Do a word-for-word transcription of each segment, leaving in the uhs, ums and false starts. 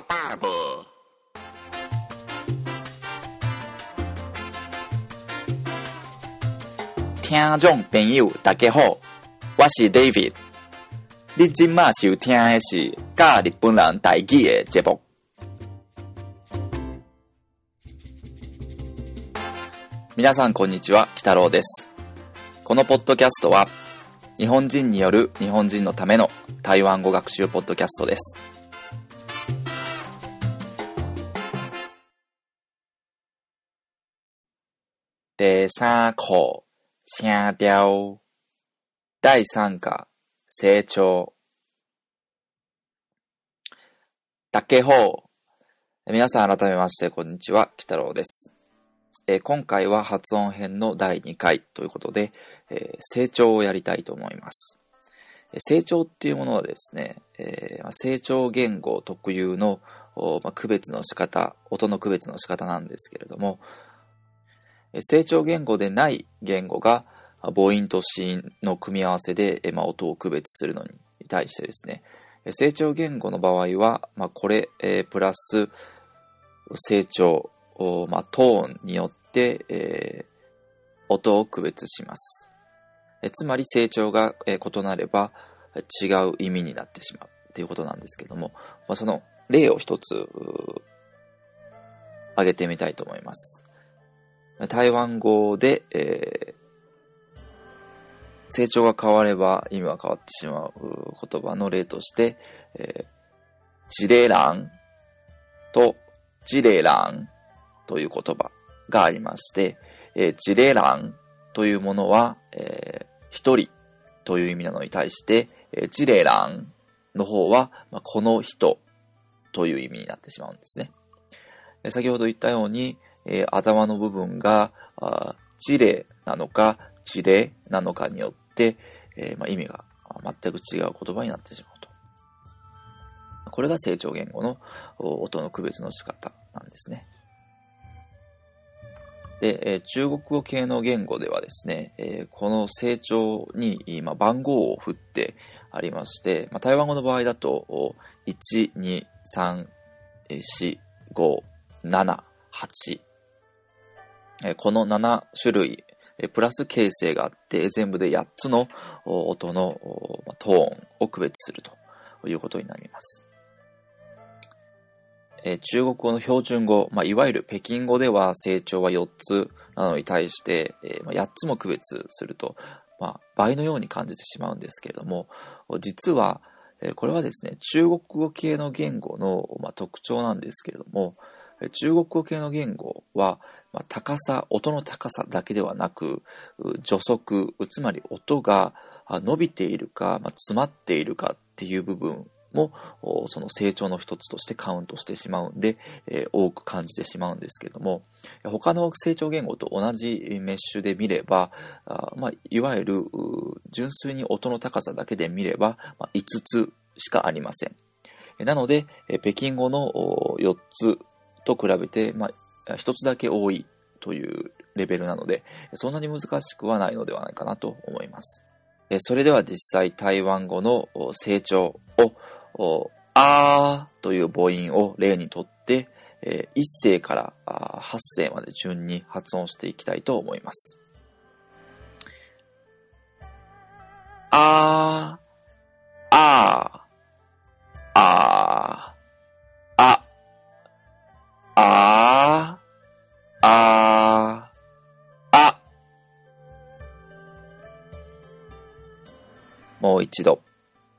宝贝。听众朋友大家好，我是 David。你今麦收听的是教日本人台语的节目。皆さんこんにちは、北郎です。このポッドキャストは日本人による日本人のための台湾語学習ポッドキャストです。第三課、声調。第三課、成長。大家好。皆さん改めましてこんにちは、北郎です。えー、今回は発音編のだいにかいということで、えー、成長をやりたいと思います。成長っていうものはですね、えー、成長言語特有の、まあ、区別の仕方、音の区別の仕方なんですけれども、成長言語でない言語が母音と子音の組み合わせで、まあ、音を区別するのに対してですね、成長言語の場合は、まあ、これ、えー、プラス成長、まあ、トーンによって、えー、音を区別します。えつまり成長が、えー、異なれば違う意味になってしまうということなんですけども、まあ、その例を一つ挙げてみたいと思います。台湾語で、えー、成長が変われば意味が変わってしまう言葉の例として、えー、ジレランとジレランという言葉がありまして、えー、ジレランというものは、えー、一人という意味なのに対して、えー、ジレランの方は、まあ、この人という意味になってしまうんですね。先ほど言ったように、えー、頭の部分がジレなのかジレなのかによって、えーまあ、意味が全く違う言葉になってしまうと。これが成長言語の音の区別の仕方なんですね。で、えー、中国語系の言語ではですね、えー、この成長に、まあ、番号を振ってありまして、まあ、台湾語の場合だといち、に、さん、よん、ご、なな、はち、このなな種類プラス形成があって全部でやっつの音のトーンを区別するということになります。中国語の標準語、まあ、いわゆる北京語では成長はよっつなのに対してやっつも区別すると、まあ、倍のように感じてしまうんですけれども、実はこれはですね、中国語系の言語の特徴なんですけれども、中国語系の言語は高さ、音の高さだけではなく、助速、つまり音が伸びているか、詰まっているかっていう部分もその成長の一つとしてカウントしてしまうんで、えー、多く感じてしまうんですけども、他の成長言語と同じメッシュで見れば、あまあ、いわゆる純粋に音の高さだけで見れば、まあ、いつつしかありません。なので北京語のよっつと比べて、まあ、ひとつだけ多いというレベルなので、そんなに難しくはないのではないかなと思います。それでは実際台湾語の成長をあーという母音を例にとって、いっ声からはっ声まで順に発音していきたいと思います。あー、あー、あー、あ、あー、あー、あ。もう一度。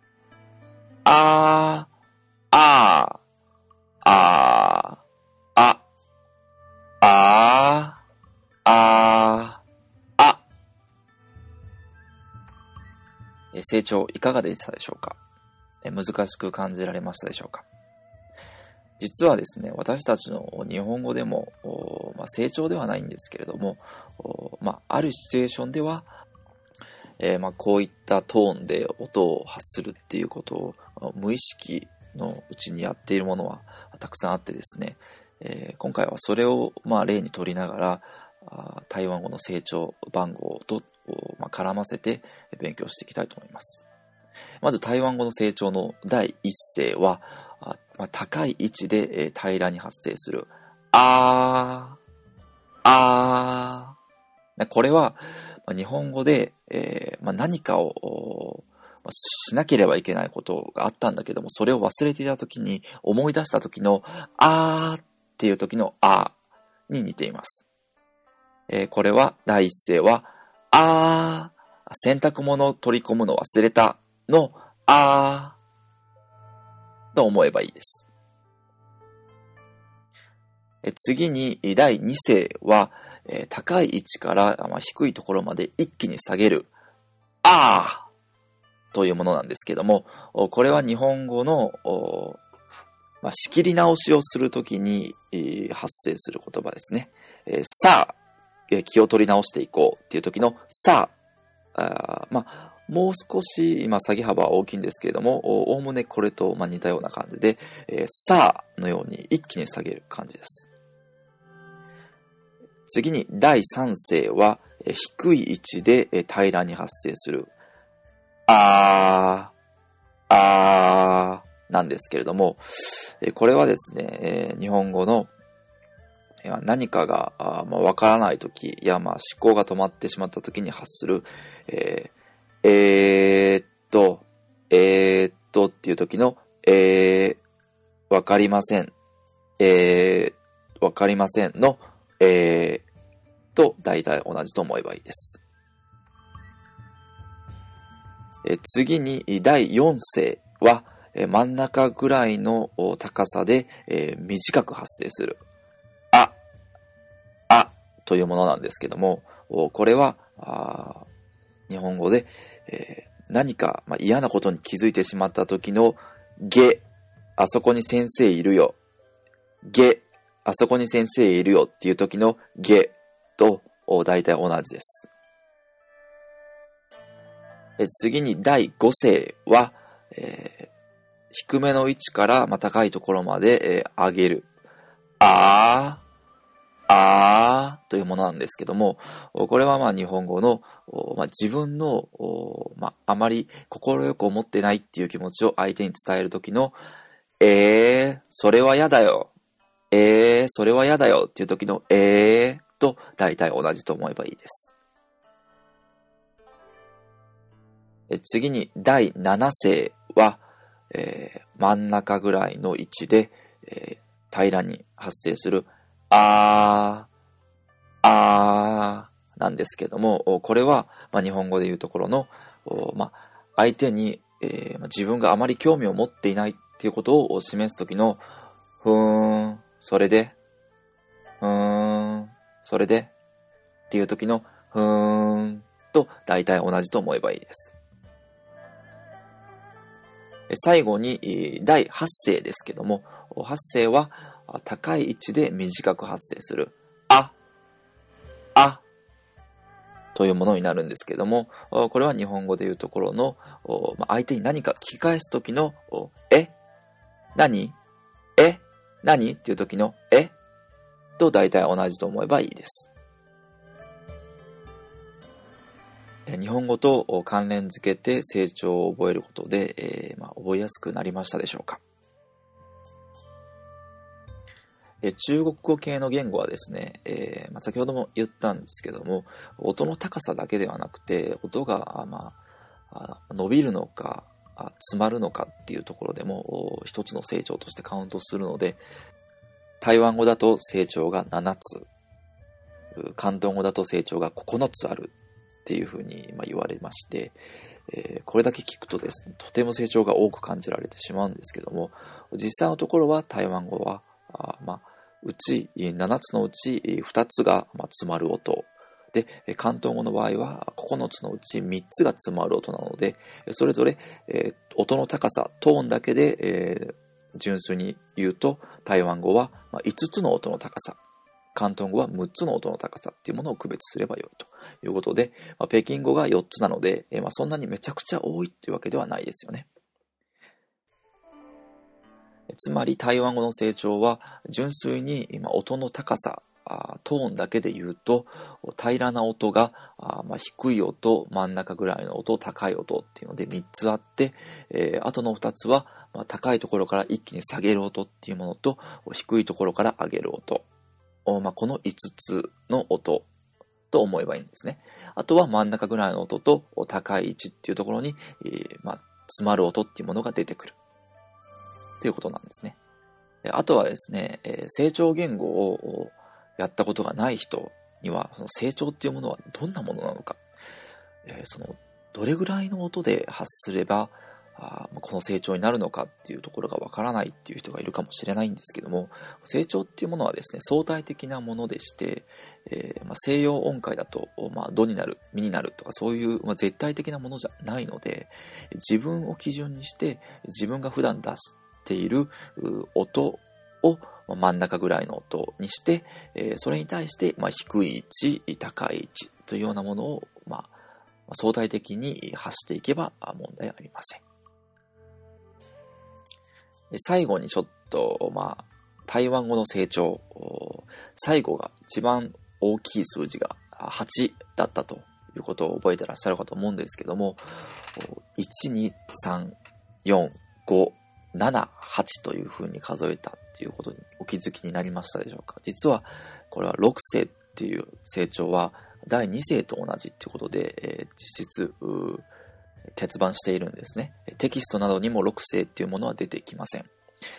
あー、あー、あー、あ、あー、あー、あ。成長いかがでしたでしょうか？難しく感じられましたでしょうか？実はですね、私たちの日本語でも、まあ、成長ではないんですけれども、まあ、あるシチュエーションでは、えーまあ、こういったトーンで音を発するっていうことを無意識のうちにやっているものはたくさんあってですね、えー、今回はそれをまあ例にとりながらあ台湾語の成長番号と、まあ、絡ませて勉強していきたいと思います。まず台湾語の成長のだいいっ声はまあ、高い位置で、えー、平らに発生するあー、あー。これは、まあ、日本語で、えーまあ、何かを、まあ、しなければいけないことがあったんだけども、それを忘れていた時に、思い出した時のあーっていう時のあーに似ています。えー、これは第一声はあー、洗濯物を取り込むの忘れたのあーと思えばいいです。えー、次に第二声は、えー、高い位置から、まあ、低いところまで一気に下げるあーというものなんですけども、これは日本語の、まあ、仕切り直しをするときに、えー、発生する言葉ですね。えー、さあ、えー、気を取り直していこうっていう時のさあ、あまあ、もう少し今下げ幅は大きいんですけれども、おおむねこれと、まあ、似たような感じで、えー、さあのように一気に下げる感じです。次に第三声は、えー、低い位置で、えー、平らに発生するあー、あーなんですけれども、えー、これはですね、えー、日本語の何かがわ、まあ、からないとき、いや、まあ、思考が止まってしまったときに発する、えー、えー、っと、えー、っとっていうときの、えー、わかりません、えー、わかりませんの、えー、と大体同じと思えばいいです。えー、次に第四声は、えー、真ん中ぐらいの高さで、えー、短く発生する。というものなんですけども、これは日本語で、えー、何か、まあ、嫌なことに気づいてしまった時のげ、あそこに先生いるよ。げ、あそこに先生いるよっていう時のげと大体同じです。え次に第五声は、えー、低めの位置から、まあ、高いところまで、えー、上げる。あー。あーというものなんですけども、これはまあ日本語の、まあ、自分の、まあ、あまり心よく思ってないっていう気持ちを相手に伝えるときの、えー、それは嫌だよ。えー、それは嫌だよっていうときの、えーと大体同じと思えばいいです。次に第七声は、えー、真ん中ぐらいの位置で、えー、平らに発生するあー、あーなんですけども、これは、まあ、日本語で言うところの、まあ、相手に、えー、自分があまり興味を持っていないっていうことを示すときの、ふーん、それで、ふーん、それでっていうときの、ふーんと大体同じと思えばいいです。最後に、第八声ですけども、八声は、高い位置で短く発生するあ、あというものになるんですけども、これは日本語でいうところの相手に何か聞き返すときのえ、何、え、何っていうときのえと大体同じと思えばいいです。日本語と関連づけて成長を覚えることで、えーまあ、覚えやすくなりましたでしょうか。え中国語系の言語はですね、えーまあ、先ほども言ったんですけども、音の高さだけではなくて、音が、まあ、伸びるのか詰まるのかっていうところでも一つの成長としてカウントするので、台湾語だと成長がななつ、広東語だと成長がここのつあるっていうふうに言われまして、えー、これだけ聞くとですね、とても成長が多く感じられてしまうんですけども、実際のところは台湾語はあまあ、うちななつのうちふたつが、まあ、詰まる音で、広東語の場合はここのつのうちみっつが詰まる音なので、それぞれ、えー、音の高さトーンだけで、えー、純粋に言うと台湾語は、まあ、いつつの音の高さ、広東語はむっつの音の高さっていうものを区別すればよいということで、まあ、北京語がよっつなので、えーまあ、そんなにめちゃくちゃ多いっていうわけではないですよね。つまり台湾語の成長は純粋に今音の高さ、トーンだけで言うと平らな音がまあ低い音、真ん中ぐらいの音、高い音っていうのでみっつあって、えー、あとのふたつはまあ、高いところから一気に下げる音っていうものと、低いところから上げる音、まあ、このいつつの音と思えばいいんですね。あとは真ん中ぐらいの音と高い位置っていうところに、えー、まあ、詰まる音っていうものが出てくるということなんですね。あとはですね、成長言語をやったことがない人には、その成長っていうものはどんなものなのか、そのどれぐらいの音で発すればあこの成長になるのかっていうところがわからないっていう人がいるかもしれないんですけども、成長っていうものはですね、相対的なものでして、えーまあ、西洋音階だと、まあ、ドになる、ミになるとかそういう、まあ、絶対的なものじゃないので、自分を基準にして自分が普段出している音を真ん中ぐらいの音にして、えー、それに対して、まあ、低い位置、高い位置というようなものを、まあ、相対的に発していけば問題ありません。最後にちょっと、まあ、台湾語の成長、最後が一番大きい数字がはちだったということを覚えてらっしゃるかと思うんですけども、いち、に、さん、よん、ご、なな、はちというふうに数えたっていうことにお気づきになりましたでしょうか。実はこれはろく世っていう成長はだいに世と同じということで、えー、実質結番しているんですね。テキストなどにもろく世っていうものは出てきません。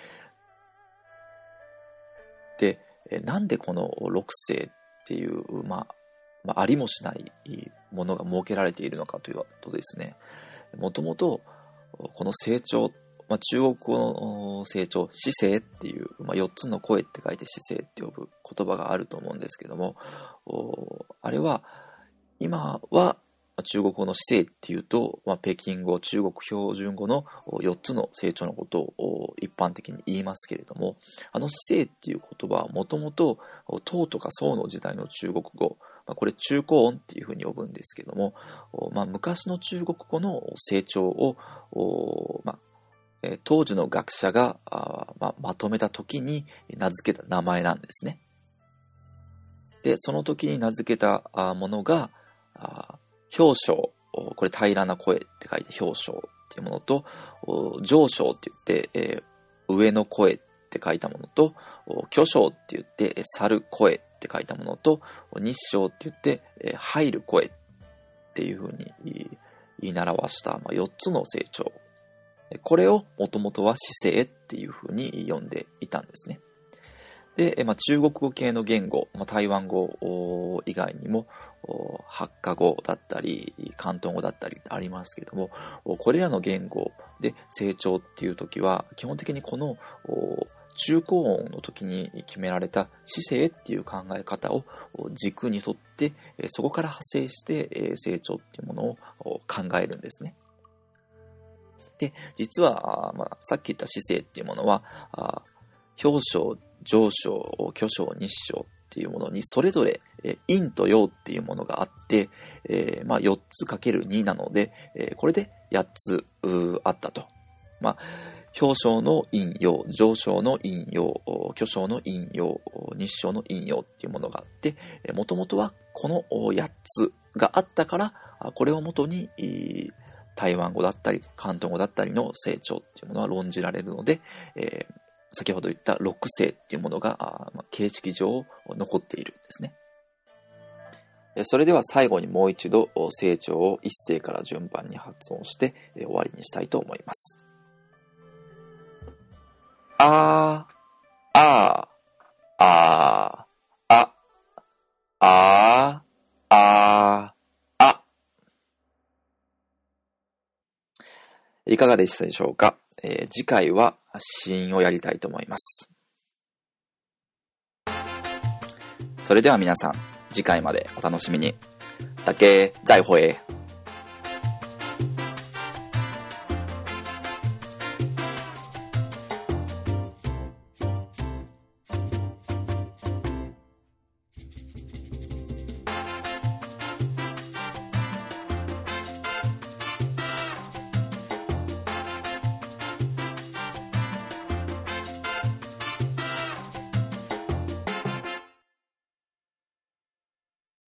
で、なんでこのろく世っていう、まあ、まあ、ありもしないものが設けられているのかというとですね、もともとこの成長、まあ、中国語の成長、姿勢っていう、まあ、よっつの声って書いて姿勢って呼ぶ言葉があると思うんですけども、あれは今は中国語の姿勢っていうと、まあ、北京語、中国標準語のよっつの成長のことを一般的に言いますけれども、あの姿勢っていう言葉はもともと唐とか宋の時代の中国語、まあ、これ中高音っていうふうに呼ぶんですけども、まあ、昔の中国語の成長を、まあ、当時の学者があ、まあ、まとめた時に名付けた名前なんですね。で、その時に名付けたものが、氷床、これ平らな声って書いて氷床っていうものと、上昇って言って、えー、上の声って書いたものと、巨匠って言って去る声って書いたものと、日照って言って、えー、入る声っていうふうに言い習わした、まあ、よっつの成長。これをもともとは姿勢っていうふうに呼んでいたんですね。で、まあ、中国語系の言語、まあ、台湾語以外にもハッカ語だったり広東語だったりありますけれども、これらの言語で成長っていう時は基本的にこの中高音の時に決められた姿勢っていう考え方を軸にとってそこから派生して成長っていうものを考えるんですね。で、実は、まあ、さっき言った姿勢っていうものは表彰、上昇、巨匠、日照っていうものにそれぞれ陰と陽っていうものがあって、えーまあ、よっつかけるになので、えー、これでやっつあったと。まあ、表彰の陰陽、上昇の陰陽、巨匠の陰陽、日照の陰陽っていうものがあって、もともとはこのやっつがあったから、これをもとに台湾語だったり広東語だったりの成長っていうものは論じられるので、えー先ほど言ったろく世っていうものが形式上残っているんですね。それでは最後にもう一度成長を一声から順番に発音して終わりにしたいと思います。あー、あー、あー、あ、あー、あー、あ。いかがでしたでしょうか。えー、次回は子音をやりたいと思います。それでは皆さん、次回までお楽しみに。だけ、再会。